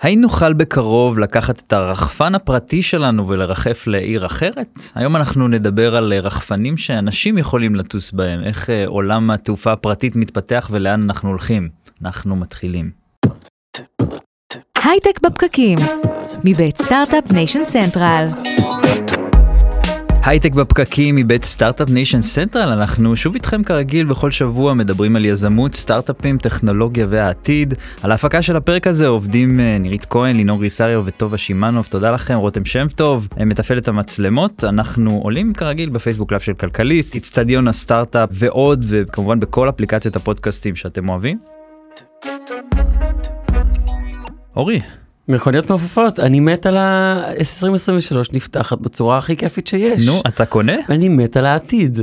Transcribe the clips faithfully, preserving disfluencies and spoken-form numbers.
האם נוכל בקרוב לקחת את הרחפן הפרטי שלנו ולרחף לעיר אחרת? היום אנחנו נדבר על רחפנים שאנשים יכולים לטוס בהם, איך עולם התעופה הפרטית מתפתח ולאן אנחנו הולכים. אנחנו מתחילים. הייטק בפקקים, מבית סטארט-אפ ניישן סנטרל. הייטק בפקקים מבית סטארט-אפ ניישן סנטרל, אנחנו שוב איתכם כרגיל בכל שבוע מדברים על יזמות, סטארט-אפים, טכנולוגיה והעתיד. על ההפקה של הפרק הזה עובדים נירית כהן, לינור גריסריו וטובה שימנוב, תודה לכם, רותם שם טוב, מתפעל את המצלמות. אנחנו עולים כרגיל בפייסבוק לייב של כלכליסט, אצטדיון הסטארט-אפ ועוד, וכמובן בכל אפליקציות הפודקאסטים שאתם אוהבים. אורי. מכוניות מעופפות, אני מת על ה-עשרים עשרים ושלוש נפתחת בצורה הכי כיפית שיש. נו, אתה קונה? אני מת על העתיד.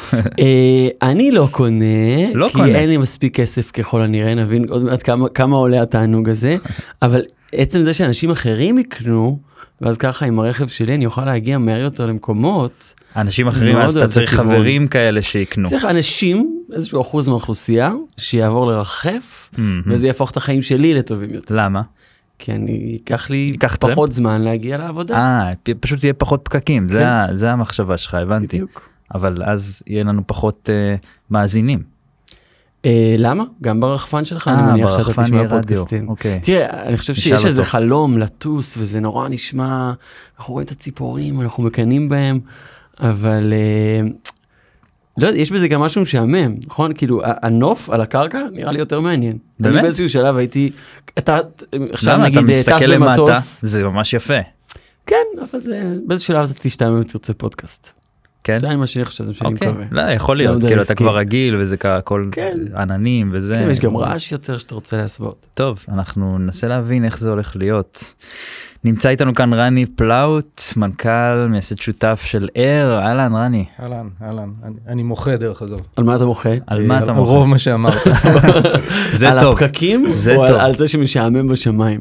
אני לא קונה, לא כי קונה. אין לי מספיק כסף ככל הנראה, נבין עוד מעט כמה, כמה עולה התענוג הזה, אבל עצם זה שאנשים אחרים יקנו, ואז ככה עם הרכב שלי אני אוכל להגיע מהר יותר למקומות. אנשים אחרים, אז אתה צריך חברים כאלה שיקנו. צריך אנשים, איזשהו אחוז מהאוכלוסייה, שיעבור לרחף, וזה יהפוך את החיים שלי לטובים יותר. למה? כי אני, ייקח לי ייקח פחות זמן להגיע לעבודה. אה, פשוט יהיה פחות פקקים, זה, זה המחשבה שלך, הבנתי. בדיוק. אבל אז יהיה לנו פחות uh, מאזינים. אה, למה? גם ברחפן שלך, אני מניח שאתה תשמע פודקאסטים. אוקיי. תראה, אני חושב שיש איזה חלום לטוס, וזה נורא נשמע, אנחנו רואים את הציפורים, אנחנו מקנים בהם, אבל אה, לא יודע, יש בזה גם משהו משעמם, נכון? כאילו, הנוף על הקרקע נראה לי יותר מעניין. באמת? אני באיזשהו שלב הייתי, אתה עכשיו למה? נגיד אתה מסתכל טס למטה, במטוס. זה ממש יפה. כן, אבל זה, באיזשהו שלב אתה תשתעמם ותרצה פודקאסט. כן? זה אני מה שאני חושב שאני אוקיי. מקווה. לא, יכול להיות, כאילו אתה כבר רגיל וזה הכל כן. עננים וזה. כן, יש גם רעש יותר שאתה רוצה להסוות. טוב, אנחנו ננסה להבין איך זה הולך להיות. נמצא איתנו כאן רני פלאוט, מנכ"ל, מייסד שותף של אר. אהלן, רני. אהלן, אהלן. אני, אני מוחה דרך אגב. על מה אתה מוחה? על מה אתה על מוחה? רוב מה שאמרת. זה על טוב. הפקקים? זה או טוב. על, על זה שמשעמם בשמיים?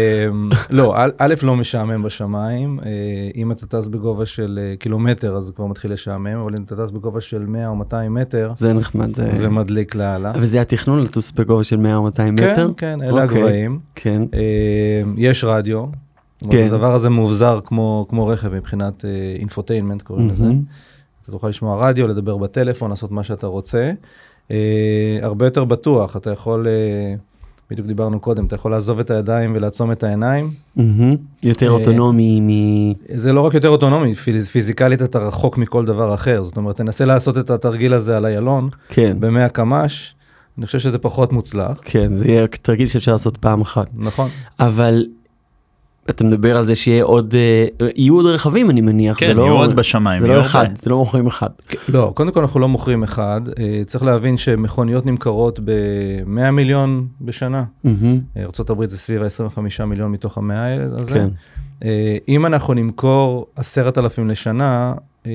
לא, א' לא משעמם בשמיים. אם אתה טס בגובה של קילומטר, אז זה כבר מתחיל לשעמם, אבל אם אתה טס בגובה של מאה או מאתיים מטר, זה נחמד. זה, זה מדליק לאללה. וזה התכנון לטוס בגובה של מאה או מאתיים מטר? כן, כן, אלה הגבהים. כן. יש רדיו. כן. הדבר הזה מאובזר כמו, כמו רכב מבחינת אינפוטיינמנט, קוראים לזה. אתה תוכל לשמוע רדיו, לדבר בטלפון, לעשות מה שאתה רוצה. הרבה יותר בטוח, אתה יכול, בדיוק דיברנו קודם, אתה יכול לעזוב את הידיים ולעצום את העיניים. יותר אוטונומי מ... זה לא רק יותר אוטונומי, פיזיקלית אתה רחוק מכל דבר אחר. זאת אומרת, תנסה לעשות את התרגיל הזה על איילון, ב-מאה קמ"ש, אני חושב שזה פחות מוצלח. כן, זה יהיה תרגיל שאפשר לעשות פעם אחת. נכון. אבל... אתה מדבר על זה שיהיה עוד, יהיו עוד רכבים אני מניח. כן, יהיו עוד בשמיים. זה לא אחד, זה לא מוכרים אחד. לא, קודם כל אנחנו לא מוכרים אחד. צריך להבין שמכוניות נמכרות ב-מאה מיליון בשנה. ארצות הברית זה סביב ה-עשרים וחמישה מיליון מתוך ה-מאה הזה. אם אנחנו נמכור עשרת אלפים לשנה,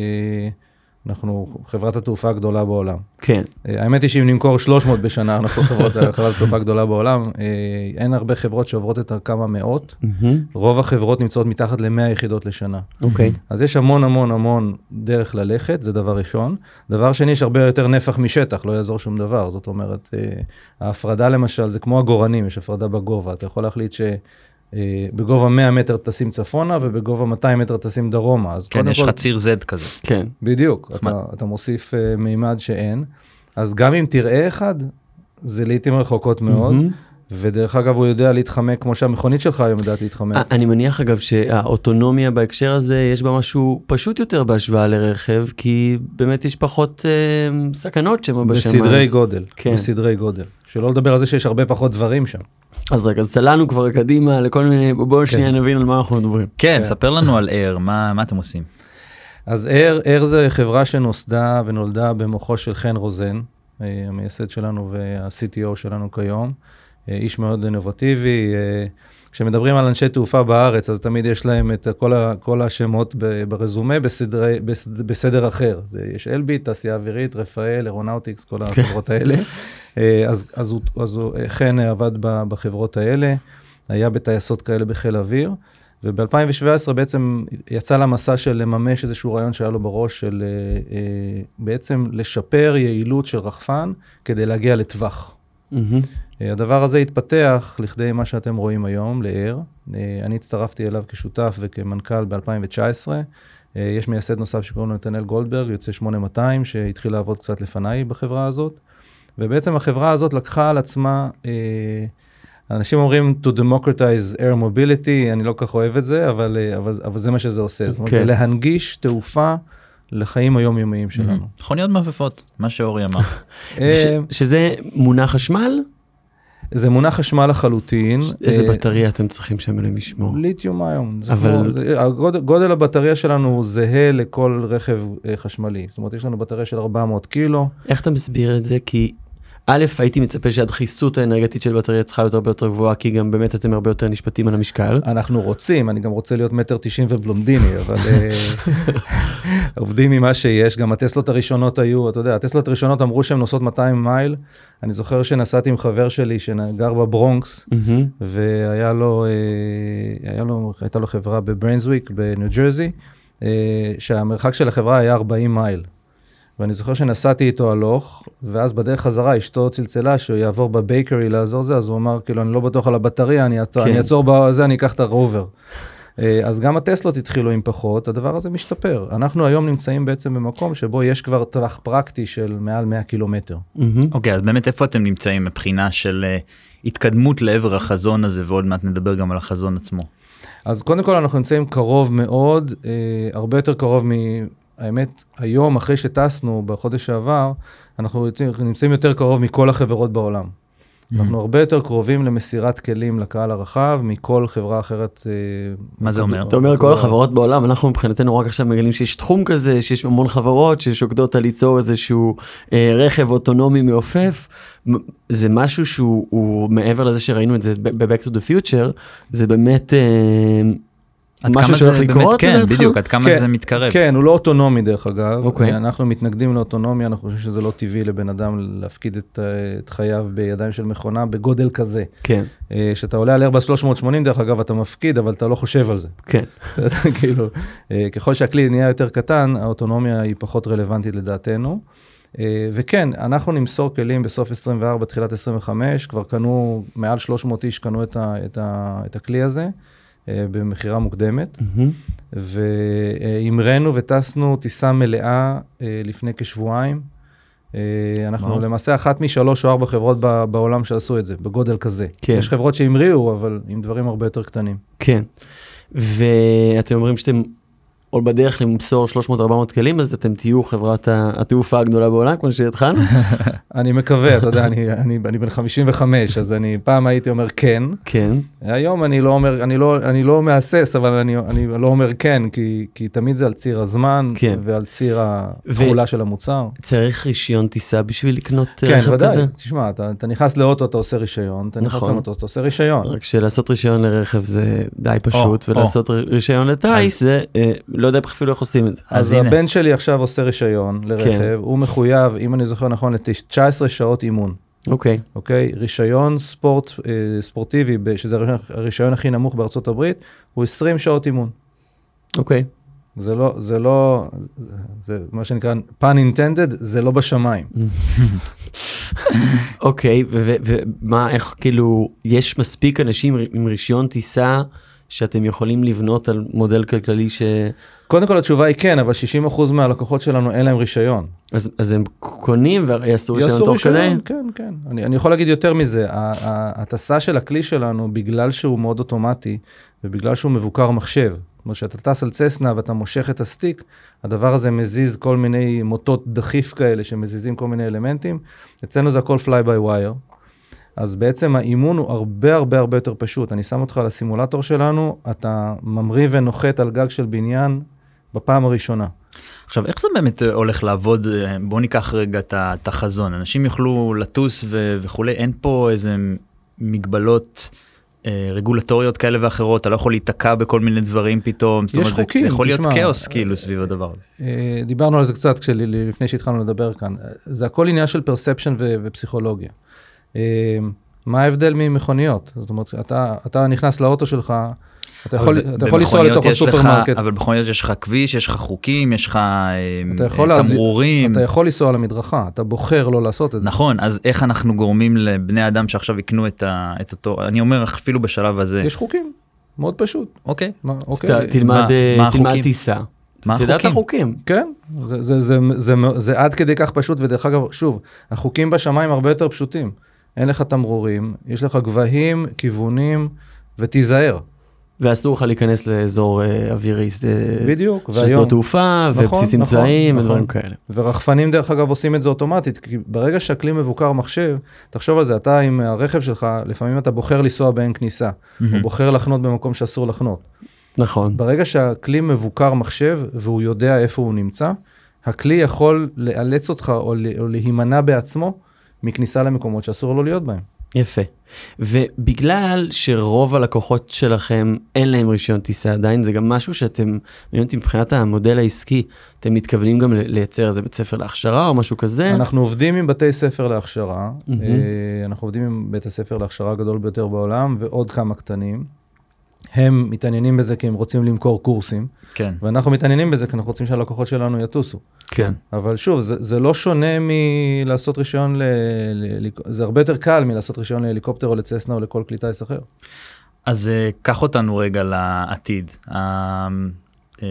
אנחנו חברת התעופה הגדולה בעולם. כן. האמת היא שאם נמכור שלוש מאות בשנה, אנחנו חברת התעופה הגדולה בעולם. אין הרבה חברות שעוברות את כמה מאות. רוב החברות נמצאות מתחת ל-מאה יחידות לשנה. אוקיי. אז יש המון המון המון דרך ללכת, זה דבר ראשון. דבר שני, יש הרבה יותר נפח משטח, לא יעזור שום דבר. זאת אומרת, ההפרדה למשל, זה כמו הגורנים, יש הפרדה בגובה. אתה יכול להחליט ש... בגובה מאה מטר תשים צפונה, ובגובה מאתיים מטר תשים דרומה. כן, יש לך ציר זד כזה. כן. בדיוק, אתה, אתה מוסיף uh, מימד שאין. אז גם אם תראה אחד, זה לעתים רחוקות מאוד, ודרך אגב הוא יודע להתחמק, כמו שהמכונית שלך היום יודעת להתחמק. אני מניח אגב שהאוטונומיה בהקשר הזה, יש בה משהו פשוט יותר בהשוואה לרכב, כי באמת יש פחות uh, סכנות שם בשמיים. בסדרי גודל, כן. בסדרי גודל. שלא לדבר על זה שיש הרבה פחות דברים שם. אז רגע, אז סלנו כבר קדימה לכל מיני, בואו שנייה נבין על מה אנחנו מדברים. כן, ספר לנו על אר, מה, מה אתם עושים? אז אר, אר זה חברה שנוסדה ונולדה במוחו של חן רוזן, המייסד שלנו וה-סי טי או שלנו כיום, איש מאוד אינובטיבי. כשמדברים על אנשי תעופה בארץ, אז תמיד יש להם את כל, ה, כל השמות ברזומה בסדרי, בסדר אחר. זה, יש אלביט, תעשייה אווירית, רפאל, אירונאוטיקס, כל החברות האלה. אז, אז, הוא, אז הוא, חן עבד בחברות האלה, היה בטייסות כאלה בחיל אוויר, וב-אלפיים שבע עשרה בעצם יצא למסע של לממש איזשהו רעיון שהיה לו בראש של בעצם לשפר יעילות של רחפן כדי להגיע לטווח. הדבר הזה התפתח לכדי מה שאתם רואים היום, לאר. אני הצטרפתי אליו כשותף וכמנכ"ל ב-אלפיים תשע עשרה. יש מייסד נוסף שקוראים לו נתנאל גולדברג, יוצא שמונה מאתיים, שהתחיל לעבוד קצת לפניי בחברה הזאת. ובעצם החברה הזאת לקחה על עצמה, אנשים אומרים to democratize air mobility, אני לא כך אוהב את זה, אבל, אבל, אבל זה מה שזה עושה. זאת אומרת, זה להנגיש תעופה לחיים היומיומיים שלנו. מכוניות מעופפות, מה שאורי אמר. שזה מונח חשמל? זה מונח חשמל לחלוטין. איזה בטריה אתם צריכים שם אליהם לשמור? ליתיום איון. גודל הבטריה שלנו הוא זהה לכל רכב חשמלי. זאת אומרת, יש לנו בטריה של ארבע מאות קילו. איך אתה מסביר את זה? כי א', הייתי מצפה שהדחיסות האנרגטית של בטריה צריכה להיות הרבה יותר גבוהה, כי גם באמת אתם הרבה יותר נשפטים על המשקל. אנחנו רוצים, אני גם רוצה להיות מטר תשעים ובלונדיני, אבל עובדים ממה שיש. גם הטסלות הראשונות היו, אתה יודע, הטסלות הראשונות אמרו שהן נוסעות מאתיים מייל. אני זוכר שנסעתי עם חבר שלי שגר בברונקס, והיה לו, היה לו, הייתה לו חברה בבריינסוויק, בניו ג'רזי, שהמרחק של החברה היה ארבעים מייל. ואני זוכר שנסעתי איתו הלוך, ואז בדרך חזרה אשתו צלצלה שהוא יעבור בבייקרי לעזור זה, אז הוא אמר, כאילו, אני לא בטוח על הבטריה, אני אעצור, אני אעצור בזה, אני אקח את הרובר. אז גם הטסלות התחילו עם פחות, הדבר הזה משתפר. אנחנו היום נמצאים בעצם במקום שבו יש כבר טווח פרקטי של מעל מאה קילומטר. אוקיי, אז באמת איפה אתם נמצאים מבחינה של התקדמות לעבר החזון הזה, ועוד מעט נדבר גם על החזון עצמו. אז קודם כל אנחנו נמצאים קרוב מאוד, הרבה יותר קרוב מ... האמת, היום, אחרי שטסנו בחודש שעבר, אנחנו נמצאים יותר קרוב מכל החברות בעולם. אנחנו הרבה יותר קרובים למסירת כלים לקהל הרחב, מכל חברה אחרת. מה זה אומר? אתה אומר, כל החברות בעולם, אנחנו מבחינתנו רק עכשיו מגלים שיש תחום כזה, שיש המון חברות ששוקדות על ליצור איזשהו רכב אוטונומי מעופף. זה משהו שהוא מעבר לזה שראינו את זה ב-Back to the Future, זה באמת... משהו שהולך לקרות? כן, בדיוק, עד כמה זה מתקרב. כן, הוא לא אוטונומי דרך אגב. אנחנו מתנגדים לאוטונומיה, אנחנו חושבים שזה לא טבעי לבן אדם להפקיד את חייו בידיים של מכונה בגודל כזה. כן. שאתה עולה על איירבס שלוש מאות שמונים, דרך אגב, אתה מפקיד, אבל אתה לא חושב על זה. כן. כאילו, ככל שהכלי נהיה יותר קטן, האוטונומיה היא פחות רלוונטית לדעתנו. וכן, אנחנו נמסור כלים בסוף עשרים וארבע, תחילת עשרים וחמש, כבר קנו, מעל שלוש מאות איש קנו את הכלי הזה. במחירה מוקדמת, והמרנו וטסנו טיסה מלאה לפני כשבועיים. אנחנו למעשה אחת משלוש או ארבע חברות בעולם שעשו את זה, בגודל כזה. יש חברות שהמריאו, אבל עם דברים הרבה יותר קטנים. כן, ואתם אומרים שאתם עוד בדרך למסור שלוש מאות ארבע מאות כלים, אז אתם תהיו חברת התעופה הגדולה בעולם, כמו שהתחלנו? אני מקווה, אתה יודע, אני, אני, אני בן חמישים וחמש, אז אני פעם הייתי אומר כן. כן. היום אני לא אומר, אני לא, אני לא מאסס, אבל אני, אני לא אומר כן, כי, כי תמיד זה על ציר הזמן, כן. ועל ציר התחולה ו... של המוצר. צריך רישיון טיסה בשביל לקנות כן, רכב ודאי. כזה? תשמע, אתה, אתה נכנס לאוטו, אתה עושה רישיון, אתה נכנס נכון. לאוטו, אתה עושה רישיון. רק שלעשות רישיון לרכב זה די פשוט, או, ולעשות או. רישיון לטייס, אז... זה, אה, לא יודע אפילו איך עושים את זה. אז, אז הבן שלי עכשיו עושה רישיון לרכב, כן. הוא מחויב, אם אני זוכר נכון, ל-תשע עשרה שעות אימון. אוקיי. אוקיי, רישיון ספורט, אה, ספורטיבי, שזה הרישיון הכי נמוך בארצות הברית, הוא עשרים שעות אימון. אוקיי. זה לא, זה לא, זה מה שנקרא, pun intended, זה לא בשמיים. אוקיי, ומה, איך, כאילו, יש מספיק אנשים עם רישיון טיסה, שאתם יכולים לבנות על מודל כלכלי ש... קודם כל התשובה היא כן, אבל שישים אחוז מהלקוחות שלנו אין להם רישיון. אז, אז הם קונים ויעשו רישיון תוך כדי? כן, כן. אני, אני יכול להגיד יותר מזה, הטסה של הכלי שלנו, בגלל שהוא מאוד אוטומטי, ובגלל שהוא מבוקר מחשב, זאת אומרת שאתה טס על צסנה ואתה מושך את הסטיק, הדבר הזה מזיז כל מיני מוטות דחיף כאלה, שמזיזים כל מיני אלמנטים, אצלנו זה הכל fly by wire, אז בעצם האימון הוא הרבה הרבה הרבה יותר פשוט. אני שם אותך על הסימולטור שלנו, אתה ממריא ונוחת על גג של בניין בפעם הראשונה. עכשיו, איך זה באמת הולך לעבוד? בואו ניקח רגע את החזון. אנשים יוכלו לטוס וכולי, אין פה איזה מגבלות רגולטוריות כאלה ואחרות, אתה לא יכול להתעקע בכל מיני דברים פתאום. יש חוקים. זה יכול להיות כאוס כאילו סביב הדבר הזה. דיברנו על זה קצת לפני שהתחלנו לדבר כאן. זה הכל עניין של פרספשן ופסיכולוגיה. מה ההבדל ממכוניות? זאת אומרת, אתה, אתה נכנס לאוטו שלך, אתה יכול, אתה יכול לנסוע לתוך הסופרמרקט. אבל במכוניות יש לך כביש, יש לך חוקים, יש לך תמרורים. אתה יכול לנסוע על המדרכה, אתה בוחר לא לעשות את זה. נכון, אז איך אנחנו גורמים לבני אדם שעכשיו יקנו את, ה, את אותו, אני אומר אפילו בשלב הזה. יש חוקים, מאוד פשוט. אוקיי. מה, אוקיי. תלמד, תלמד טיסה. מה החוקים? תדעת החוקים. כן, זה, זה, זה, זה, זה, זה עד כדי כך פשוט, ודרך אגב, שוב, החוקים בשמיים הרבה יותר פשוטים. אין לך תמרורים, יש לך גבהים, כיוונים, ותיזהר. ואסור לך להיכנס לאזור אווירי, בדיוק, ששדות תעופה, ובסיסים צבאיים, ודברים כאלה. ורחפנים דרך אגב עושים את זה אוטומטית, כי ברגע שהכלי מבוקר מחשב, תחשוב על זה, אתה עם הרכב שלך, לפעמים אתה בוחר לנסוע באין כניסה, או בוחר לחנות במקום שאסור לחנות. נכון. ברגע שהכלי מבוקר מחשב, והוא יודע איפה הוא נמצא, הכלי יכול לאלץ אותך, או להימנע בעצמו, מכניסה למקומות שאסור לו להיות בהם. יפה. ובגלל שרוב הלקוחות שלכם אין להם רישיון טיסה עדיין, זה גם משהו שאתם, מבחינת המודל העסקי, אתם מתכוונים גם לייצר איזה בית ספר להכשרה או משהו כזה? אנחנו עובדים עם בתי ספר להכשרה, mm-hmm. אנחנו עובדים עם בית הספר להכשרה הגדול ביותר בעולם, ועוד כמה קטנים. הם מתעניינים בזה כי הם רוצים למכור קורסים, כן. ואנחנו מתעניינים בזה כי אנחנו רוצים שהלקוחות שלנו יטוסו. כן. אבל שוב, זה, זה לא שונה מלעשות רישיון, ל, ל, ל, זה הרבה יותר קל מלעשות רישיון להליקופטר או לצסנה או לכל כלי טיס אחר. אז uh, קח אותנו רגע לעתיד. ה-Air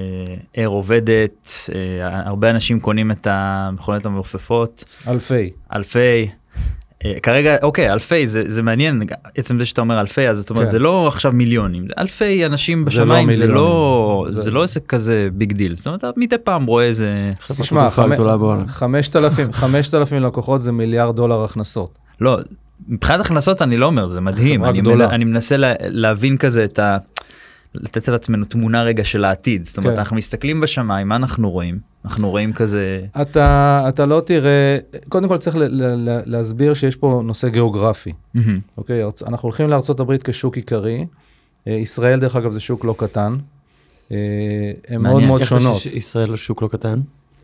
עובדת, uh, הרבה אנשים קונים את המכונות המעופפות. אלפי. אלפי. כרגע, אוקיי, אלפי, זה, זה מעניין, עצם זה שאתה אומר אלפי, אז זאת אומרת, כן. זה לא עכשיו מיליונים, זה אלפי אנשים בשמיים, זה לא, זה, זה לא עסק כזה ביג דיל, זאת אומרת, מדי פעם רואה איזה... תשמע, חמשת אלפים, חמשת אלפים לקוחות זה מיליארד דולר הכנסות. לא, מבחינת הכנסות אני לא אומר, זה מדהים, אני, מנ, אני מנסה לה, להבין כזה את ה... לתת על עצמנו תמונה רגע של העתיד, זאת אומרת, כן. אנחנו מסתכלים בשמיים, מה אנחנו רואים? אנחנו רואים כזה... אתה, אתה לא תראה, קודם כל צריך ל, ל, ל, להסביר שיש פה נושא גיאוגרפי. Mm-hmm. אוקיי, אנחנו הולכים לארצות הברית כשוק עיקרי, ישראל דרך אגב זה שוק לא קטן, הן מאוד מאוד שונות. איך זה שישראל לא שוק לא קטן?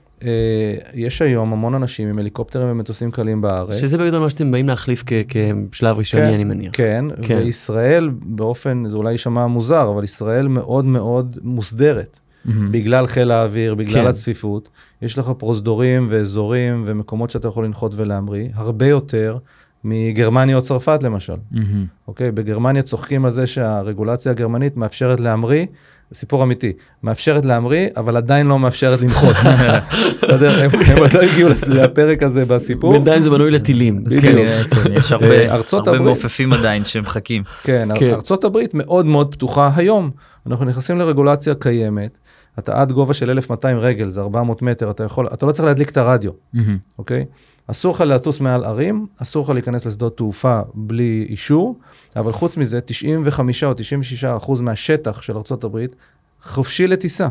יש היום המון אנשים עם הליקופטרים ומטוסים קלים בארץ. שזה בגדול מה שאתם באים להחליף כשלב ראשוני, אני מניח. כן, וישראל באופן, זה אולי יישמע מוזר, אבל ישראל מאוד מאוד מוסדרת. בגלל חיל האוויר, בגלל הצפיפות. יש לך פרוזדורים ואזורים ומקומות שאתה יכול לנחות ולהמריא, הרבה יותר מגרמניה או צרפת למשל. אוקיי, בגרמניה צוחקים על זה שהרגולציה הגרמנית מאפשרת להמריא, סיפור אמיתי, מאפשרת להמריא, אבל עדיין לא מאפשרת לנחות. הם עוד לא הגיעו לפרק הזה בסיפור. ועדיין זה בנוי לטילים. יש הרבה מעופפים עדיין שמחכים. כן, ארצות הברית מאוד מאוד פתוחה היום. אנחנו נכנסים לרגולציה קיימת, אתה עד גובה של אלף מאתיים רגל, זה ארבע מאות מטר, אתה יכול, אתה לא צריך להדליק את הרדיו, אוקיי? אסור לך לטוס מעל ערים, אסור לך להיכנס לשדות תעופה בלי אישור, אבל חוץ מזה, תשעים וחמישה או תשעים ושישה אחוז מהשטח של ארצות הברית, חופשי לטיסה.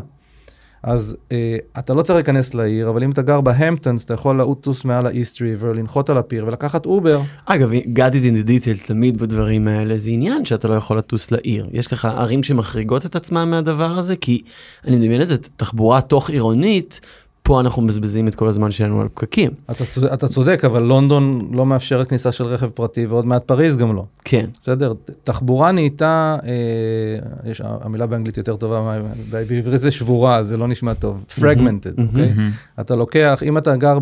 אז אה, אתה לא צריך להיכנס לעיר, אבל אם אתה גר בהמפטונס, אתה יכול לטוס מעל האיסט ריבר, לנחות על הפיר ולקחת אובר. אגב, God is in the details, תמיד בדברים האלה, זה עניין שאתה לא יכול לטוס לעיר. יש לך ערים שמחריגות את עצמם מהדבר הזה, כי אני מדמיין את זה, תחבורה תוך עירונית, פה אנחנו מבזבזים את כל הזמן שלנו על פקקים. אתה, אתה צודק, אבל לונדון לא מאפשרת כניסה של רכב פרטי, ועוד מעט פריז גם לא. כן. בסדר, תחבורה נהייתה, אה, יש, המילה באנגלית יותר טובה, בעברית זה שבורה, זה לא נשמע טוב. fragmented, אוקיי? אתה לוקח, אם אתה גר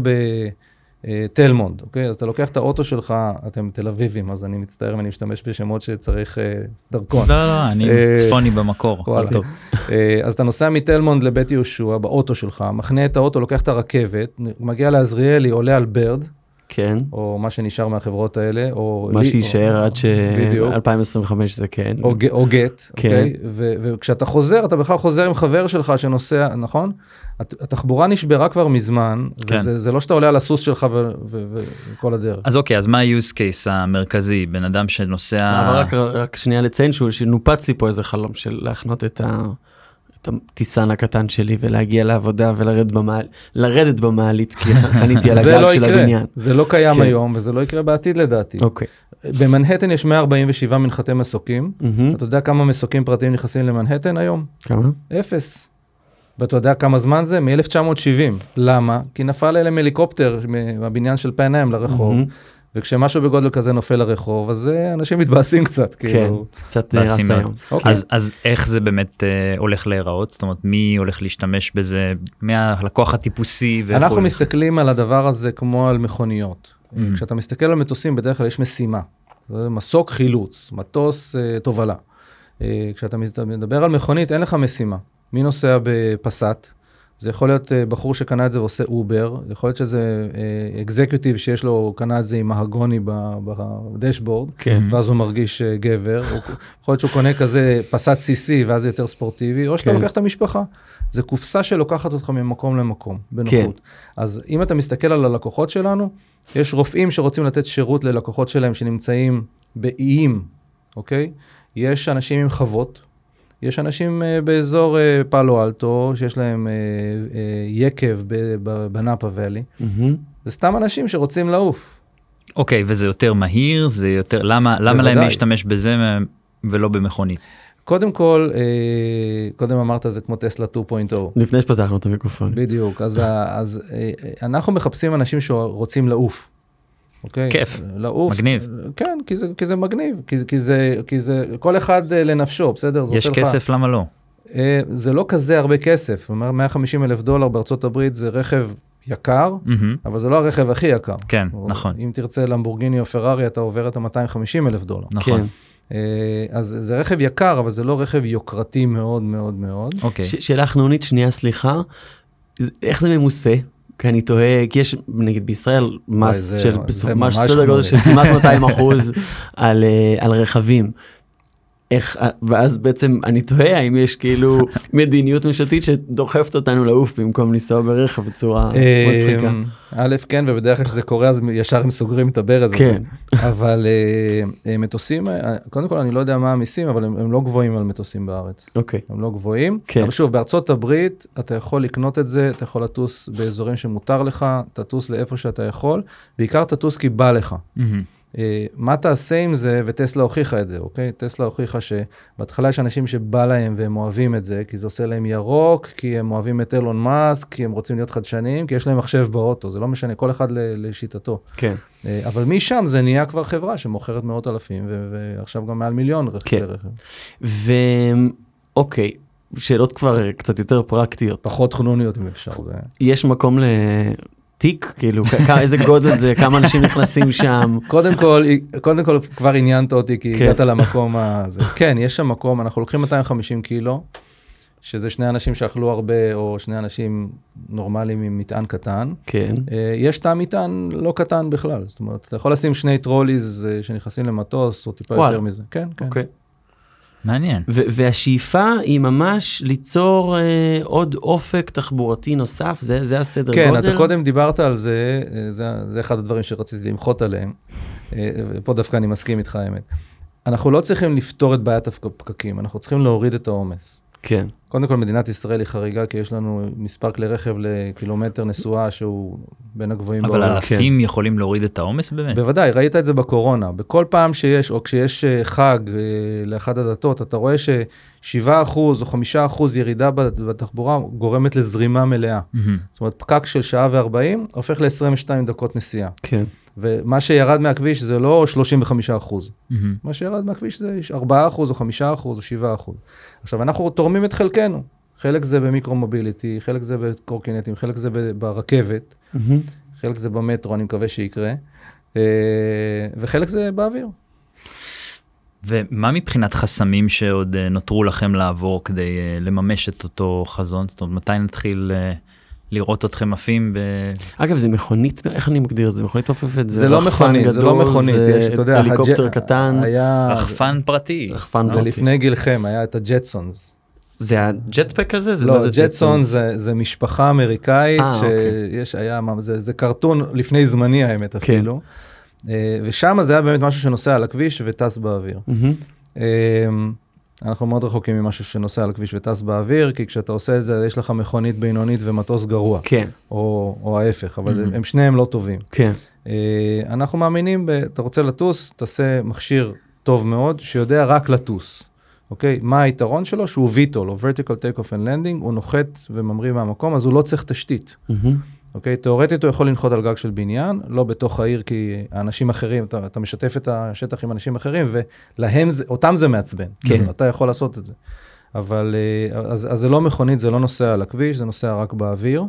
בתלמונד, אוקיי? אז אתה לוקח את האוטו שלך, אתם תל אביבים, אז אני מצטער אם אני משתמש בשמות שצריך דרכון. לא, לא, אני צפוני במקור. אז אתה נוסע מתלמונד לבית יהושע באוטו שלך, מכנה את האוטו, לוקח את הרכבת, מגיע לעזריאלי, עולה על ברד, כן. או מה שנשאר מהחברות האלה, או... מה שישאר עד ש-אלפיים עשרים וחמש זה כן. או גט, אוקיי? וכשאתה חוזר, אתה בכלל חוזר עם חבר שלך שנוסע, נכון? התחבורה נשברה כבר מזמן, וזה לא שאתה עולה על הסוס שלך וכל הדרך. אז אוקיי, אז מה ה-use case המרכזי? בן אדם שנוסע... אבל רק שנייה לציין שנופץ לי פה איזה חלום של להכנות את ה... את הטיסן הקטן שלי ולהגיע לעבודה ולרדת במעלית, כי חניתי על הגג של הבניין. זה לא קיים היום, וזה לא יקרה בעתיד לדעתי. אוקיי. במנהטן יש מאה ארבעים ושבעה מנחתי מסוקים. אתה יודע כמה מסוקים פרטיים נכנסים למנהטן היום? כמה? אפס. ואתה יודע כמה זמן זה? מ-אלף תשע מאות שבעים. למה? כי נפל אליהם הליקופטר מהבניין של פן-אם לרחוב, וכשמשהו בגודל כזה נופל לרחוב, אז אנשים מתבאסים קצת. כן, כאילו. קצת נרס היום. Okay. אז, אז איך זה באמת uh, הולך להיראות? זאת אומרת, מי הולך להשתמש בזה? מהלקוח הטיפוסי? אנחנו מסתכלים על הדבר הזה כמו על מכוניות. Mm-hmm. כשאתה מסתכל על מטוסים, בדרך כלל יש משימה. זה מסוק חילוץ, מטוס uh, תובלה. Uh, כשאתה מדבר על מכונית, אין לך משימה. מי נוסע בפסט? זה יכול להיות uh, בחור שקנה את זה ועושה אובר, יכול להיות שזה אקזקיוטיב uh, שיש לו, קנה את זה עם מהגוני בדשבורד, כן. ואז הוא מרגיש uh, גבר, או, יכול להיות שהוא קונה כזה פסט סי סי, ואז זה יותר ספורטיבי, או שאתה כן. לוקח את המשפחה. זה קופסה שלוקחת אותך ממקום למקום, בנוחות. כן. אז אם אתה מסתכל על הלקוחות שלנו, יש רופאים שרוצים לתת שירות ללקוחות שלהם שנמצאים באיים, אוקיי? יש אנשים עם חוות, יש אנשים uh, באזור uh, פאלו אלטו, שיש להם uh, uh, יקב בנאפה ואלי. Mm-hmm. זה סתם אנשים שרוצים לעוף. אוקיי, okay, וזה יותר מהיר, זה יותר, למה, למה להם להשתמש בזה ולא במכונית? קודם כל, uh, קודם אמרת זה כמו טסלה שתיים נקודה אפס. לפני שפתחנו את המיקרופון. בדיוק, אז, אז uh, אנחנו מחפשים אנשים שרוצים לעוף. Okay. כיף, לעוף, מגניב. כן, כי זה, כי זה מגניב, כי, כי, זה, כי זה כל אחד לנפשו, בסדר? יש כסף, לך, למה לא? זה לא כזה הרבה כסף, מאה וחמישים אלף דולר בארצות הברית זה רכב יקר, mm-hmm. אבל זה לא הרכב הכי יקר. כן, או, נכון. אם תרצה למבורגיני או פרארי, אתה עובר את ה-מאתיים וחמישים אלף דולר. נכון. כן. אז זה רכב יקר, אבל זה לא רכב יוקרתי מאוד מאוד מאוד. אוקיי. ש- שאלה חנונית, שנייה, סליחה, איך זה ממוסה? כי אני תוהה, כי יש, נגיד, בישראל, מס של, ממש סדר גודל של כמעט מאתיים אחוז על, על רכבים. איך, ואז בעצם אני תוהה, האם יש כאילו מדיניות ממשלתית שדוחפת אותנו לעוף במקום לנסוע ברכב בצורה מצחיקה. א', כן, ובדרך כלל שזה קורה, אז ישר הם סוגרים את הברז הזה. כן. אבל מטוסים, קודם כל אני לא יודע מה המיסים, אבל הם לא גבוהים על מטוסים בארץ. אוקיי. הם לא גבוהים. אבל שוב, בארצות הברית, אתה יכול לקנות את זה, אתה יכול לטוס באזורים שמותר לך, תטוס לאיפה שאתה יכול, בעיקר תטוס כי בא לך. מה תעשה עם זה, וטסלה הוכיחה את זה, אוקיי? טסלה הוכיחה שבהתחלה יש אנשים שבא להם והם אוהבים את זה, כי זה עושה להם ירוק, כי הם אוהבים את אילון מאסק, כי הם רוצים להיות חדשניים, כי יש להם מחשב באוטו, זה לא משנה, כל אחד לשיטתו. כן. אבל משם זה נהיה כבר חברה שמוכרת מאות אלפים, ועכשיו גם מעל מיליון רכב. ואוקיי, שאלות כבר קצת יותר פרקטיות. פחות חנוניות אם אפשר. יש מקום ל... תיק, כאילו, איזה גודל זה, כמה אנשים נכנסים שם. קודם כל, קודם כל כבר עניינת אותי, כי הגעת למקום הזה. כן, יש שם מקום, אנחנו לוקחים מאתיים וחמישים קילו, שזה שני אנשים שאכלו הרבה, או שני אנשים נורמליים עם מטען קטן. כן. יש תא מטען לא קטן בכלל, זאת אומרת, אתה יכול לשים שני טרוליז שנכנסים למטוס, או טיפה יותר מזה. כן, כן. אוקיי. מעניין. ו- והשאיפה היא ממש ליצור אה, עוד אופק תחבורתי נוסף, זה, זה הסדר כן, גודל. כן, אתה קודם דיברת על זה, זה, זה אחד הדברים שרציתי למחות עליהם, פה דווקא אני מסכים איתך האמת. אנחנו לא צריכים לפתור את בעיית הפקקים, אנחנו צריכים להוריד את העומס. כן. קודם כל, מדינת ישראל היא חריגה, כי יש לנו מספר כלי רכב לקילומטר נסועה, שהוא בין הגבוהים בעולם. אבל אלפים יכולים להוריד את העומס באמת? בוודאי, ראית את זה בקורונה. בכל פעם שיש, או כשיש חג לאחד הדתות, אתה רואה ש-שבעה אחוז או חמישה אחוז ירידה בתחבורה גורמת לזרימה מלאה. זאת אומרת, פקק של שעה וארבעים, הופך ל-עשרים ושתיים דקות נסיעה. כן. ומה שירד מהכביש זה לא שלושים וחמישה אחוז. Mm-hmm. מה שירד מהכביש זה ארבעה אחוז או חמישה אחוז או שבעה אחוז. עכשיו, אנחנו תורמים את חלקנו. חלק זה במיקרו-מוביליטי, חלק זה בקורקינטים, חלק זה ברכבת, mm-hmm. חלק זה במטרו, אני מקווה שיקרה, וחלק זה באוויר. ומה מבחינת חסמים שעוד נותרו לכם לעבור כדי לממש את אותו חזון? זאת אומרת, מתי נתחיל... לראות אתכם עפים ב... אגב, זה מכונית, איך אני מגדיר את זה? מכונית עופפת, זה לא מכונית, זה לא מכונית, יש, אתה יודע, הליקופטר קטן, רחפן פרטי. זה לפני גילכם, היה את הג'טסונס. זה הג'טפק הזה? לא, ג'טסונס זה משפחה אמריקאית, שיש, היה, זה קרטון לפני זמני האמת אפילו, ושם זה היה באמת משהו שנוסע על הכביש וטס באוויר. אנחנו מאוד רחוקים ממשהו שנוסע על הכביש וטס באוויר, כי כשאתה עושה את זה, יש לך מכונית בינונית ומטוס גרוע. כן. או, או ההפך, אבל mm-hmm. הם שניהם לא טובים. כן. Uh, אנחנו מאמינים, ב, אתה רוצה לטוס, תעשה מכשיר טוב מאוד, שיודע רק לטוס. אוקיי? מה היתרון שלו? שהוא ויטול, או vertical take off and landing, הוא נוחת וממריא מהמקום, אז הוא לא צריך תשתית. Mm-hmm. אוקיי? תיאורטית הוא יכול לנחות על גג של בניין, לא בתוך העיר, כי האנשים אחרים, אתה, אתה משתף את השטח עם אנשים אחרים, ולהם זה, אותם זה מעצבן. כן. אתה יכול לעשות את זה. אבל, אז, אז זה לא מכונית, זה לא נוסע על הכביש, זה נוסע רק באוויר,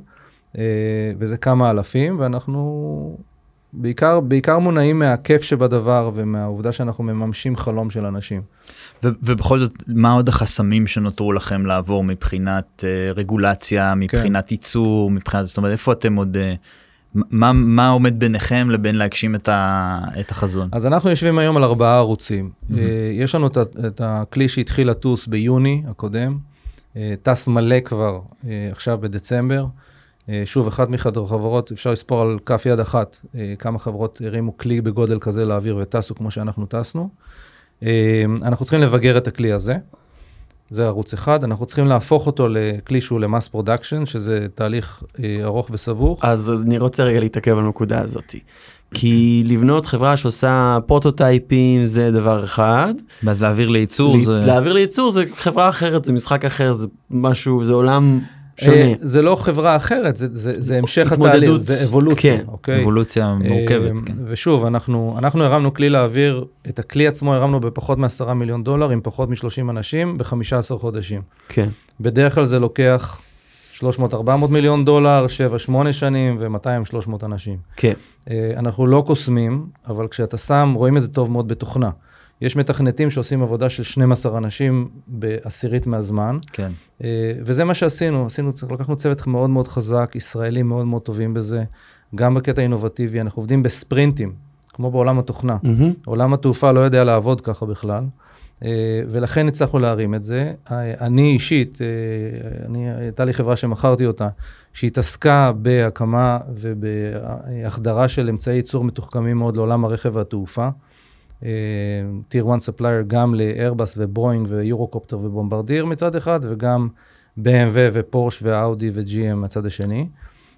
וזה כמה אלפים, ואנחנו בעיקר, בעיקר מונעים מהכיף שבדבר, ומהעובדה שאנחנו מממשים חלום של אנשים. ו- ובכל זאת, מה עוד החסמים שנותרו לכם לעבור מבחינת uh, רגולציה, מבחינת כן. ייצור, מבחינת, זאת אומרת, איפה אתם עוד, uh, מה, מה עומד ביניכם לבין להגשים את, ה- את החזון? אז אנחנו יושבים היום על ארבעה ערוצים. Mm-hmm. Uh, יש לנו את, את הכלי שהתחיל לטוס ביוני הקודם, uh, טס מלא כבר uh, עכשיו בדצמבר, uh, שוב, אחת מחברות, אפשר לספור על כף יד אחת, uh, כמה חברות הרימו כלי בגודל כזה לאוויר וטסו כמו שאנחנו טסנו. אנחנו צריכים לבגר את הכלי הזה, זה ערוץ אחד, אנחנו צריכים להפוך אותו לכלי שהוא למאס פרודקשן, שזה תהליך ארוך וסבוך. אז, אז אני רוצה רגע להתעכב על הנקודה הזאת, כי לבנות חברה שעושה פרוטוטייפים זה דבר אחד. ואז להעביר לייצור להצ... זה... להעביר לייצור זה חברה אחרת, זה משחק אחר, זה משהו, זה עולם... שונה. זה לא חברה אחרת, זה, זה, זה המשך התהליך, זה אבולוציה. כן. אוקיי? אבולוציה מורכבת. כן. ושוב, אנחנו, אנחנו הרמנו כלי לאוויר, את הכלי עצמו הרמנו בפחות מעשרה מיליון דולר, עם פחות משלושים אנשים, בחמישה עשר חודשים. כן. בדרך כלל זה לוקח שלוש מאות ארבע מאות מיליון דולר, שבע שמונה שנים ו-מאתיים שלוש מאות אנשים. כן. אנחנו לא קוסמים, אבל כשאתה שם, רואים את זה טוב מאוד בתוכנה. יש מתכנתים שעושים עבודה של שנים עשר אנשים בעשירית מהזמן. כן. וזה מה שעשינו. עשינו, לקחנו צוות מאוד מאוד חזק, ישראלים מאוד מאוד טובים בזה, גם בקטע אינובטיבי. אנחנו עובדים בספרינטים, כמו בעולם התוכנה. Mm-hmm. עולם התעופה לא יודע לעבוד ככה בכלל, ולכן הצלחנו להרים את זה. אני אישית, אני, הייתה לי חברה שמכרתי אותה, שהתעסקה בהקמה ובהחדרה של אמצעי ייצור מתוחכמים מאוד לעולם הרכב והתעופה. טיר אחת ספלייר גם לאיירבס ובוינג ויורוקופטר ובומברדיר מצד אחד, וגם בי אם דאבליו ופורש ואאודי וג'י אם מצד השני.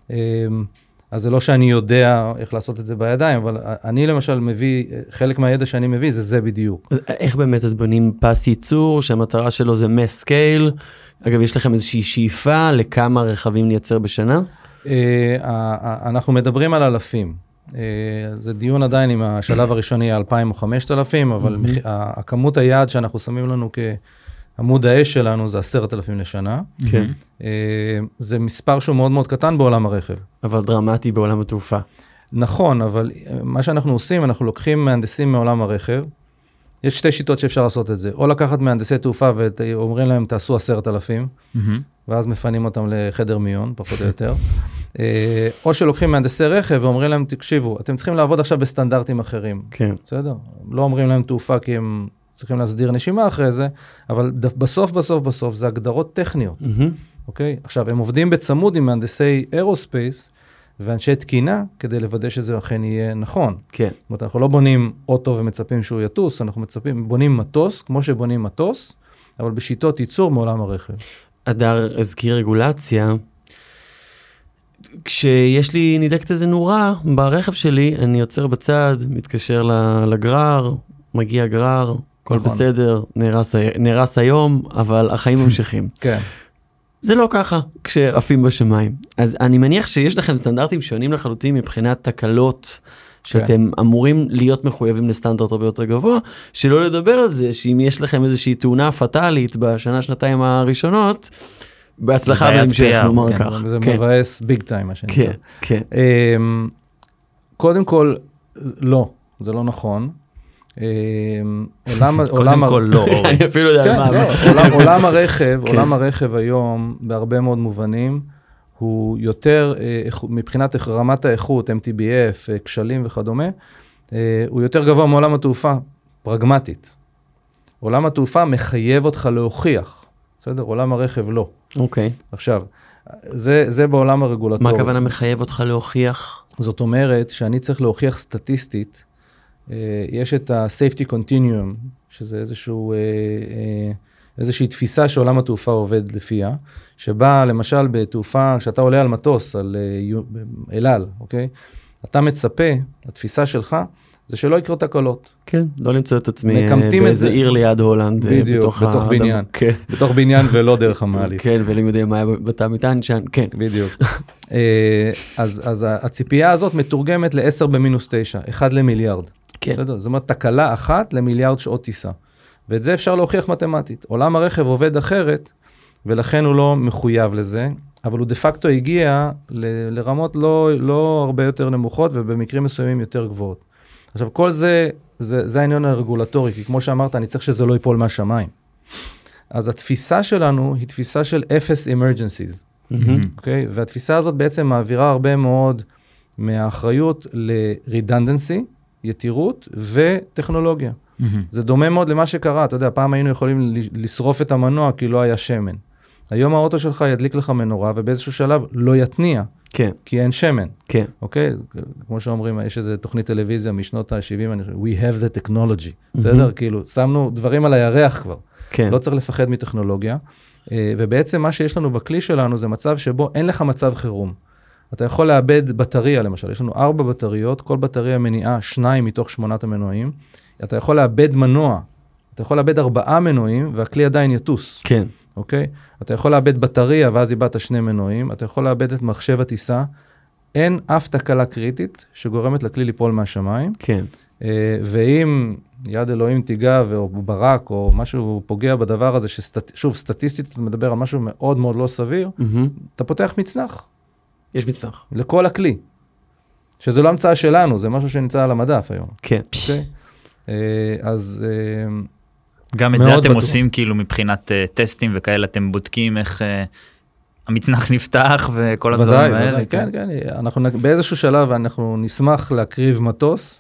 אז זה לא שאני יודע איך לעשות את זה בידיים, אבל אני למשל מביא, חלק מהידע שאני מביא זה זה בדיוק. איך באמת אז בונים פס ייצור שהמטרה שלו זה מס סקייל? אגב, יש לכם איזושהי שאיפה לכמה רכבים נייצר בשנה? אנחנו מדברים על אלפים. זה דיון עדיין אם השלב הראשון יהיה אלפיים או חמשת אלפים, אבל הכמות היעד שאנחנו שמים לנו כעמוד האש שלנו זה עשרת אלפים לשנה. כן. זה מספר שהוא מאוד מאוד קטן בעולם הרכב. אבל דרמטי בעולם התעופה. נכון, אבל מה שאנחנו עושים, אנחנו לוקחים מהנדסים מעולם הרכב, יש שתי שיטות שאפשר לעשות את זה, או לקחת מהנדסי תעופה ואומרים להם תעשו עשרת אלפים, ואז מפנים אותם לחדר מיון, פחות או יותר. או שלוקחים מהנדסי רכב ואומרים להם, תקשיבו, אתם צריכים לעבוד עכשיו בסטנדרטים אחרים. כן. בסדר? לא אומרים להם תעופה כי הם צריכים להסדיר נשימה אחרי זה, אבל בסוף, בסוף, בסוף, זה הגדרות טכניות. אוקיי? עכשיו, הם עובדים בצמוד עם מהנדסי אירוספייס ואנשי תקינה, כדי לוודא שזה אכן יהיה נכון. כן. זאת אומרת, אנחנו לא בונים אוטו ומצפים שהוא יטוס, אנחנו מצפים, בונים מטוס, כמו שבונים מטוס, אבל בשיטות ייצור מעולם הרכב. אדר הזכיר רגולציה, כשיש לי נדלקת איזה נורה ברכב שלי, אני יוצר בצד, מתקשר לגרר, מגיע גרר, הכל נכון. בסדר, נרס, נרס היום, אבל החיים ממשיכים. כן. זה לא ככה כשעפים בשמיים. אז אני מניח שיש לכם סטנדרטים שונים לחלוטין מבחינת תקלות, שאתם כן. אמורים להיות מחויבים לסטנדרט הרבה יותר גבוה, שלא לדבר על זה, שאם יש לכם איזושהי תאונה פטאלית בשנה, שנתיים הראשונות, בהצלחה בהמשך, נאמר כן, כך. זה כן. מבאס ביג טיים, מה שנקרא. כן, כן. Um, קודם כל, לא, זה לא נכון. Um, עולם, קודם כל לא. אני אפילו יודע כן, מה. לא, עולם, עולם הרכב, כן. עולם הרכב היום, בהרבה מאוד מובנים, הוא יותר, מבחינת רמת האיכות, אם טי בי אף, כשלים וכדומה, הוא יותר גבוה מעולם התעופה, פרגמטית. עולם התעופה מחייב אותך להוכיח, בסדר? עולם הרכב לא. אוקיי. עכשיו, זה, זה בעולם הרגולטורי. מה הכוונה מחייב אותך להוכיח? זאת אומרת שאני צריך להוכיח סטטיסטית, יש את ה-safety continuum, שזה איזשהו, איזושהי תפיסה שעולם התעופה עובד לפיה, שבה למשל בתעופה, כשאתה עולה על מטוס, על אל על, אוקיי? אתה מצפה, התפיסה שלך, זה שלא יקרו תקלות. כן, לא למצוא את עצמי באיזה עיר ליד הולנד. בדיוק, בתוך בניין. בתוך בניין ולא דרך המעלית. כן, ולא יודע מה היה בתא מטען שם, כן. בדיוק. אז הציפייה הזאת מתורגמת ל-עשר במינוס תשע, אחד למיליארד. כן. זאת אומרת, תקלה אחת למיליארד שעות טיסה. ואת זה אפשר להוכיח מתמטית. עולם הרכב עובד אחרת, ולכן הוא לא מחויב לזה, אבל הוא דה פקטו הגיע ל- לרמות לא, לא הרבה יותר נמוכות, ובמקרים מסוימים יותר גבוהות. עכשיו, כל זה, זה, זה העניין הרגולטורי, כי כמו שאמרת, אני צריך שזה לא ייפול מהשמיים. אז התפיסה שלנו היא תפיסה של אפס emergencies, אוקיי? והתפיסה הזאת בעצם מעבירה הרבה מאוד מהאחריות ל-redundancy, יתירות וטכנולוגיה. זה דומה מאוד למה שקרה, אתה יודע, פעם היינו יכולים לשרוף את המנוע כי לא היה שמן. היום האוטו שלך ידליק לך מנורה, ובאיזשהו שלב לא יתניע, כן. כי אין שמן. כן. אוקיי? כמו שאומרים, יש איזו תוכנית טלוויזיה משנות ה-שבעים, we have the technology, בסדר? כאילו, שמנו דברים על הירח כבר. כן. לא צריך לפחד מטכנולוגיה, ובעצם מה שיש לנו בכלי שלנו, זה מצב שבו אין לך מצב חירום. אתה יכול לאבד בטריה, למשל, יש לנו ארבע בטריות, כל בטריה מניעה שניים מתוך שמונת המנועים, אתה יכול לאבד מנוע, אתה יכול לאבד ארבעה מנועים, והכלי עדיין יטוס. כן. אוקיי? אתה יכול לאבד בטריה, ואז איבדת שני מנועים, אתה יכול לאבד את מחשב הטיסה, אין אף תקלה קריטית שגורמת לכלי ליפול מהשמיים. כן. ואם יד אלוהים תיגע, או ברק, או משהו פוגע בדבר הזה, ששוב, סטטיסטית אתה מדבר על משהו מאוד מאוד לא סביר, אתה פותח מצנח. יש מצנח. לכל הכלי. שזה לא המצאה שלנו, זה משהו שנמצא על המדף היום. כן. אוקיי? אז... גם את זה אתם עושים כאילו מבחינת טסטים וכאלה, אתם בודקים איך המצנח נפתח וכל הדברים האלה. כן, כן, אנחנו באיזשהו שלב אנחנו נשמח להקריב מטוס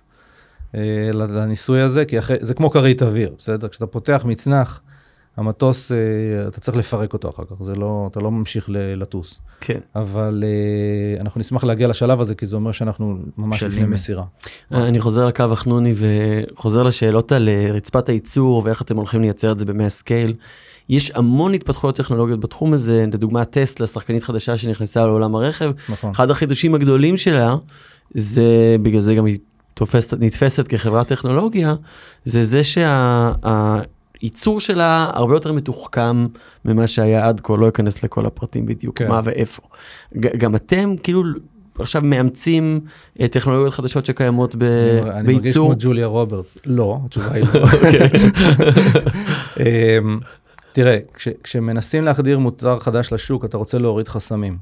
לניסוי הזה, כי זה כמו כרית אוויר, בסדר? כשאתה פותח מצנח, המטוס, אתה צריך לפרק אותו אחר כך, זה לא, אתה לא ממשיך לטוס. כן. אבל אנחנו נשמח להגיע לשלב הזה, כי זה אומר שאנחנו ממש לפני מסירה. אני חוזר לקו החנוני וחוזר לשאלות על רצפת הייצור, ואיך אתם הולכים לייצר את זה במאה סקייל. יש המון התפתחויות טכנולוגיות בתחום הזה, לדוגמה טסלה, שחקנית חדשה שנכנסה לעולם הרכב. נכון. אחד החידושים הגדולים שלה, זה, בגלל זה גם היא תופסת, נתפסת כחברת טכנולוגיה, זה זה שה... ייצור שלה הרבה יותר מתוחכם ממה שהיה עד כה, לא ייכנס לכל הפרטים בדיוק, כן. מה ואיפה. גם אתם כאילו עכשיו מאמצים טכנולוגיות חדשות שקיימות ב- אני, אני בייצור. מרגיש כמו ג'וליה רוברטס. לא, התשובה היא לא. תראה, כש, כשמנסים להחדיר מוצר חדש לשוק, אתה רוצה להוריד חסמים.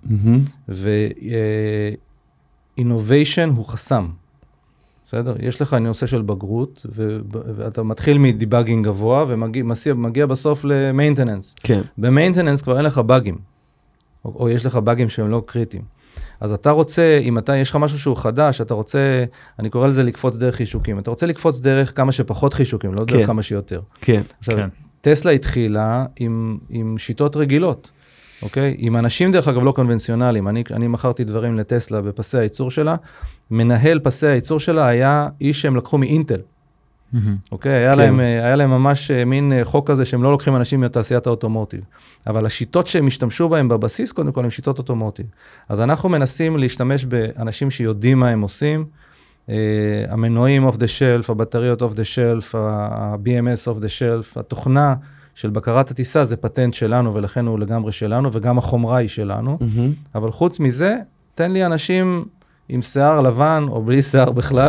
ו-innovation הוא חסם. בסדר? יש לך נושא של בגרות, ו- ואתה מתחיל מדיבאגינג גבוה, ומגיע בסוף למיינטננס. כן. במיינטננס כבר אין לך באגים, או, או יש לך באגים שהם לא קריטיים. אז אתה רוצה, אם אתה, יש לך משהו שהוא חדש, אתה רוצה, אני קורא לזה לקפוץ דרך חישוקים, אתה רוצה לקפוץ דרך כמה שפחות חישוקים, לא כן. דרך כמה שיותר. כן. עכשיו, כן. טסלה התחילה עם, עם שיטות רגילות, אוקיי? עם אנשים דרך אגב לא קונבנציונליים, אני, אני מכרתי דברים לטסלה בפסי הייצור שלה, מנהל פסי הייצור שלה היה איש שהם לקחו מאינטל. אוקיי? היה להם, היה להם ממש מין חוק כזה שהם לא לוקחים אנשים מתעשיית האוטומוטיב. אבל השיטות שהם השתמשו בהם בבסיס, קודם כל, הם שיטות אוטומוטיב. אז אנחנו מנסים להשתמש באנשים שיודעים מה הם עושים, המנועים off the shelf, הבטריות off the shelf, ה-בי אם אס off the shelf, התוכנה של בקרת הטיסה זה פטנט שלנו, ולכן הוא לגמרי שלנו, וגם החומרה היא שלנו. אבל חוץ מזה, תן לי אנשים עם שיער לבן, או בלי שיער בכלל,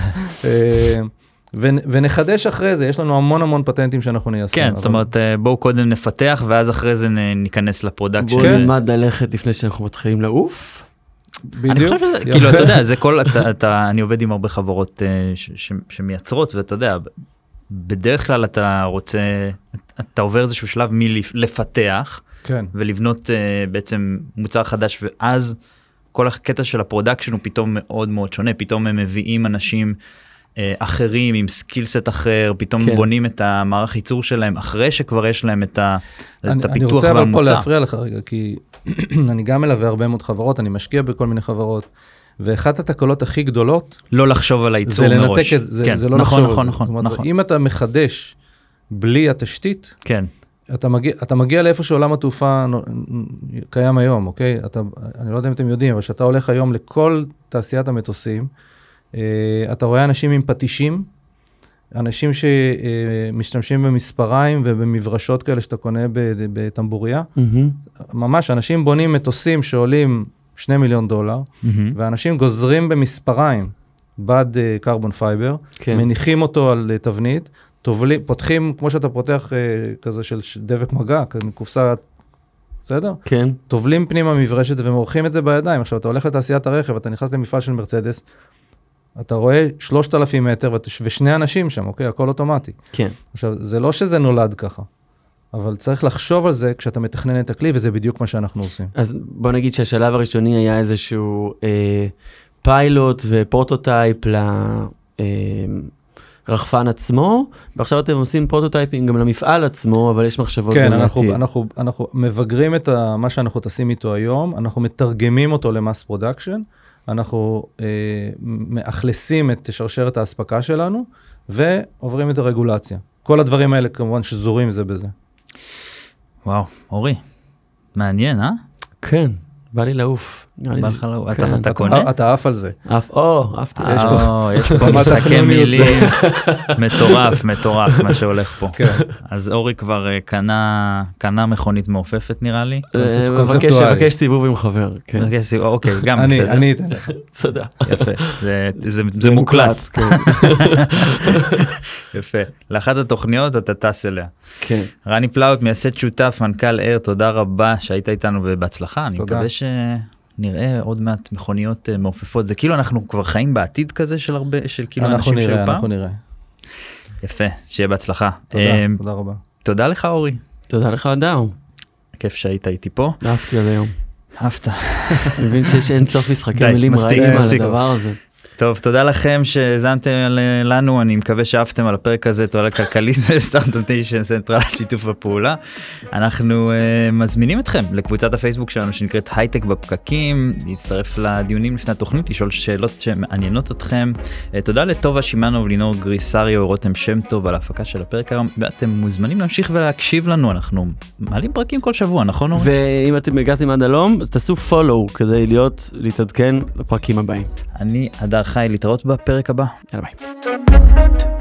ונחדש אחרי זה, יש לנו המון המון פטנטים שאנחנו ניישם. כן, זאת אומרת, בואו קודם נפתח, ואז אחרי זה ניכנס לפרודקט. בואו נלמד ללכת לפני שאנחנו מתחילים לעוף. אני חושב שזה, כאילו, אתה יודע, זה כל, אני עובד עם הרבה חברות שמייצרות, ואתה יודע, בדרך כלל אתה רוצה, אתה עובר איזשהו שלב מלפתח, ולבנות בעצם מוצר חדש, ואז כל הקטע של הפרודקשן הוא פתאום מאוד מאוד שונה, פתאום הם מביאים אנשים אחרים עם סקילסט אחר, פתאום כן. בונים את המערך ייצור שלהם, אחרי שכבר יש להם את, ה, אני, את הפיתוח והמוצא. אני רוצה אבל פה להפריע לך רגע, כי אני גם מלווה הרבה מאוד חברות, אני משקיע בכל מיני חברות, ואחת התקלות הכי גדולות, לא לחשוב על הייצור זה מראש. לנתק את זה, כן. זה לא נכון, לחשוב נכון, על זה. נכון, זאת אומרת, נכון. אם אתה מחדש בלי התשתית, כן. אתה מגיע, אתה מגיע לאיפה שעולם התעופה קיים היום, אוקיי? אתה, אני לא יודע אם אתם יודעים, אבל שאתה הולך היום לכל תעשיית המטוסים, אתה רואה אנשים עם פטישים, אנשים שמשתמשים במספריים ובמברשות כאלה שאתה קונה בטמבוריה. ממש, אנשים בונים מטוסים שעולים שני מיליון דולר, ואנשים גוזרים במספריים בד קרבון פייבר, מניחים אותו על תבנית, פותחים, כמו שאתה פותח כזה של דבק מגע, קופסה, בסדר? כן. טובלים פנימה מברשת ומורחים את זה בידיים. עכשיו, אתה הולך לתעשיית הרכב, אתה נכנס למפעל של מרצדס, אתה רואה שלושת אלפים מטר ושני אנשים שם, אוקיי? הכל אוטומטי. כן. עכשיו, זה לא שזה נולד ככה, אבל צריך לחשוב על זה כשאתה מתכנן את הכלי, וזה בדיוק מה שאנחנו עושים. אז בוא נגיד שהשלב הראשוני היה איזשהו אה, פיילוט ופרוטוטייפ לרחפן עצמו, ועכשיו אתם עושים פרוטוטייפים גם למפעל עצמו, אבל יש מחשבות כן, גם אנחנו, לעתיד. אנחנו, אנחנו מבגרים את ה, מה שאנחנו תשים איתו היום, אנחנו מתרגמים אותו למס פרודקשן, אנחנו אה, מאכלסים את שרשרת ההספקה שלנו, ועוברים את הרגולציה. כל הדברים האלה כמובן שזורים זה בזה. וואו, אורי, מעניין, אה? כן, בא לי לעוף. בא לך לעוף, אתה קונה? אתה עף על זה. עף, או, עפתי. יש פה משחקי מילים, מטורף, מטורף מה שהולך פה. אז אורי כבר קנה מכונית מעופפת נראה לי. מבקש סיבוב עם חבר. אוקיי, גם בסדר. אני אתן לך. תודה. יפה, זה מוקלט. יפה, לאחת התוכניות אתה טס אליה. כן. רני פלאוט, מייסד שותף, מנכ"ל אר, תודה רבה שהיית איתנו ובהצלחה. אני מקווה ש... נראה עוד מעט מכוניות מעופפות, זה כאילו אנחנו כבר חיים בעתיד כזה של הרבה, של כאילו אנשים של פעם. אנחנו נראה, אנחנו נראה. יפה, שיהיה בהצלחה. תודה, תודה רבה. תודה לך אורי. תודה לך אדר. כיף שהיית איתי פה. אהבתי עד היום. אהבת. אני מבין שיש אין סוף משחקי מילים רעים על הדבר הזה. טוב, תודה לכם שהזנתם לנו, אני מקווה שאהבתם על הפרק הזה, תודה לכלכליסט סטארט-אפ ניישן סנטרל על שיתוף הפעולה. אנחנו uh, מזמינים אתכם לקבוצת הפייסבוק שלנו שנקראת הייטק בפקקים, להצטרף לדיונים לפני התוכנית, לשאול שאלות שמעניינות אתכם. Uh, תודה לטובה שימאנוב, לינור גריסריו, רותם שם טוב על ההפקה של הפרק היום, ואתם מוזמנים להמשיך ולהקשיב לנו, אנחנו מעלים פרקים כל שבוע, נכון? ואם אתם הגעתם עד הלום, אז תעשו follow כדי להיות, להתעדכן לפרקים הבאים. אני אדר חי, להתראות בפרק הבא. יאללה ביי.